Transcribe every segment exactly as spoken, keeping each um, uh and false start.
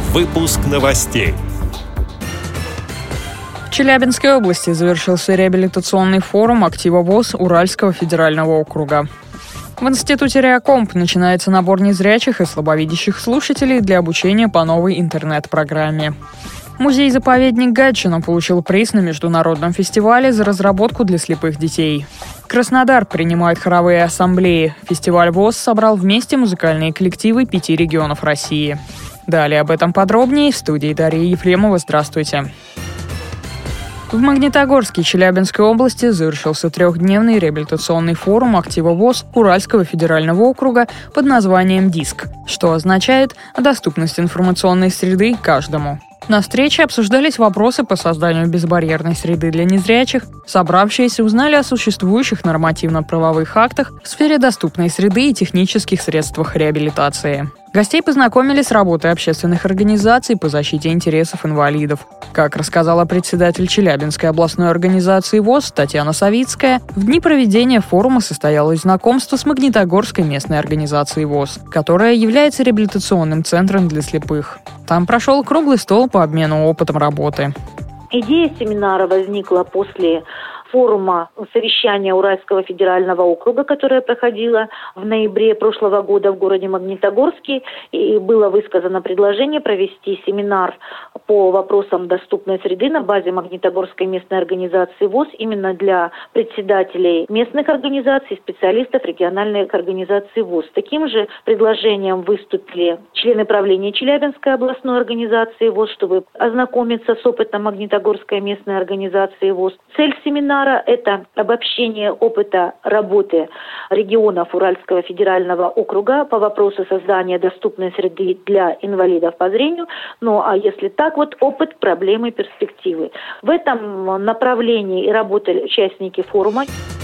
Выпуск новостей. В Челябинской области завершился реабилитационный форум «Актива ВОС» Уральского федерального округа. В институте Реакомп начинается набор незрячих и слабовидящих слушателей для обучения по новой интернет-программе. Музей-заповедник Гатчина получил приз на международном фестивале за разработку для слепых детей. Краснодар принимает хоровые ассамблеи. Фестиваль ВОС собрал вместе музыкальные коллективы пяти регионов России. Далее об этом подробнее в студии Дарья Ефремова. Здравствуйте. В Магнитогорске Челябинской области завершился трехдневный реабилитационный форум «Актива ВОС» Уральского федерального округа под названием «ДИСК», что означает «доступность информационной среды каждому». На встрече обсуждались вопросы по созданию безбарьерной среды для незрячих. Собравшиеся узнали о существующих нормативно-правовых актах в сфере доступной среды и технических средствах реабилитации. Гостей познакомили с работой общественных организаций по защите интересов инвалидов. Как рассказала председатель Челябинской областной организации ВОС Татьяна Савицкая, в дни проведения форума состоялось знакомство с Магнитогорской местной организацией ВОС, которая является реабилитационным центром для слепых. Там прошел круглый стол по обмену опытом работы. Идея семинара возникла после форума совещания Уральского федерального округа, которое проходило в ноябре прошлого года в городе Магнитогорске, и было высказано предложение провести семинар по вопросам доступной среды на базе Магнитогорской местной организации ВОС именно для председателей местных организаций, специалистов региональных организаций ВОС. Таким же предложением выступили члены правления Челябинской областной организации ВОС, чтобы ознакомиться с опытом Магнитогорской местной организации ВОС. Цель семинара – это обобщение опыта работы регионов Уральского федерального округа по вопросу создания доступной среды для инвалидов по зрению. Ну а если так, вот опыт, проблемы, перспективы. В этом направлении и работали участники форума.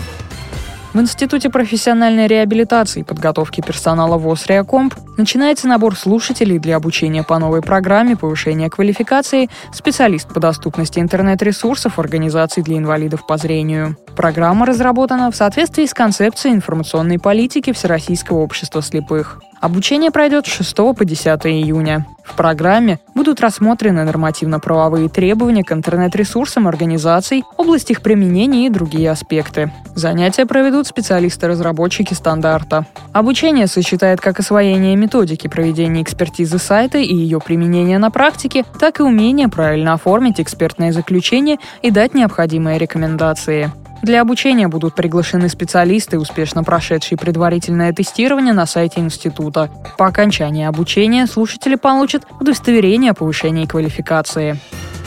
В Институте профессиональной реабилитации и подготовки персонала ВОС Реакомп начинается набор слушателей для обучения по новой программе повышения квалификации «Специалист по доступности интернет-ресурсов организаций для инвалидов по зрению». Программа разработана в соответствии с концепцией информационной политики Всероссийского общества слепых. Обучение пройдет с шестого по десятое июня. В программе будут рассмотрены нормативно-правовые требования к интернет-ресурсам организаций, область их применения и другие аспекты. Занятия проведут специалисты-разработчики стандарта. Обучение сочетает как освоение методики проведения экспертизы сайта и ее применения на практике, так и умение правильно оформить экспертное заключение и дать необходимые рекомендации. Для обучения будут приглашены специалисты, успешно прошедшие предварительное тестирование на сайте института. По окончании обучения слушатели получат удостоверение о повышении квалификации.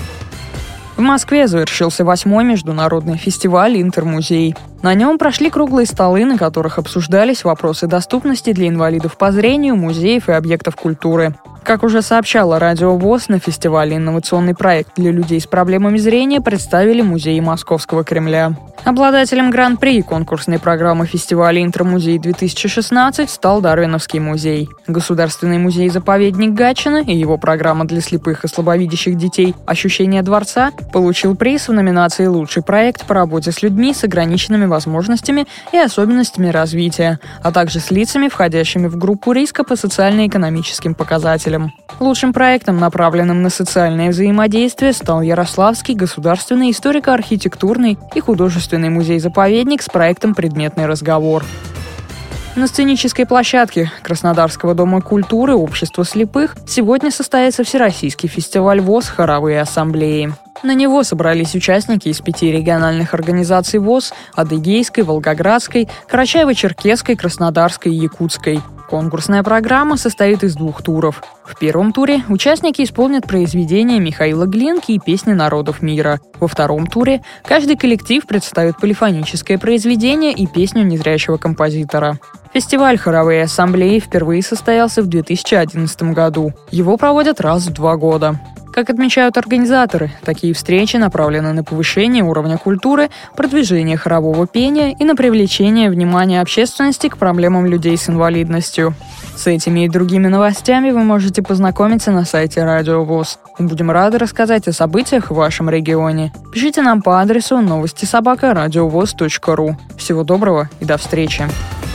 В Москве завершился восьмой международный фестиваль «Интермузей». На нем прошли круглые столы, на которых обсуждались вопросы доступности для инвалидов по зрению, музеев и объектов культуры. Как уже сообщала Радио ВОС, на фестивале «Инновационный проект для людей с проблемами зрения» представили музеи Московского Кремля. Обладателем гран-при конкурсной программы фестиваля «Интермузей-две тысячи шестнадцать» стал Дарвиновский музей. Государственный музей-заповедник Гатчина и его программа для слепых и слабовидящих детей «Ощущение дворца» получил приз в номинации «Лучший проект по работе с людьми с ограниченными возможностями и особенностями развития», а также с лицами, входящими в группу риска по социально-экономическим показателям. Лучшим проектом, направленным на социальное взаимодействие, стал Ярославский государственный историко-архитектурный и художественный музей-заповедник с проектом «Предметный разговор». На сценической площадке Краснодарского дома культуры Общества слепых сегодня состоится Всероссийский фестиваль ВОС «Хоровые ассамблеи». На него собрались участники из пяти региональных организаций ВОС – Адыгейской, Волгоградской, Карачаево-Черкесской, Краснодарской и Якутской. Конкурсная программа состоит из двух туров. В первом туре участники исполнят произведения Михаила Глинки и песни народов мира. Во втором туре каждый коллектив представит полифоническое произведение и песню незрячего композитора. Фестиваль «Хоровые ассамблеи» впервые состоялся в две тысячи одиннадцатом году. Его проводят раз в два года. Как отмечают организаторы, такие встречи направлены на повышение уровня культуры, продвижение хорового пения и на привлечение внимания общественности к проблемам людей с инвалидностью. С этими и другими новостями вы можете познакомиться на сайте Радио ВОС. Мы будем рады рассказать о событиях в вашем регионе. Пишите нам по адресу новости собака радиовос точка ру. Всего доброго и до встречи!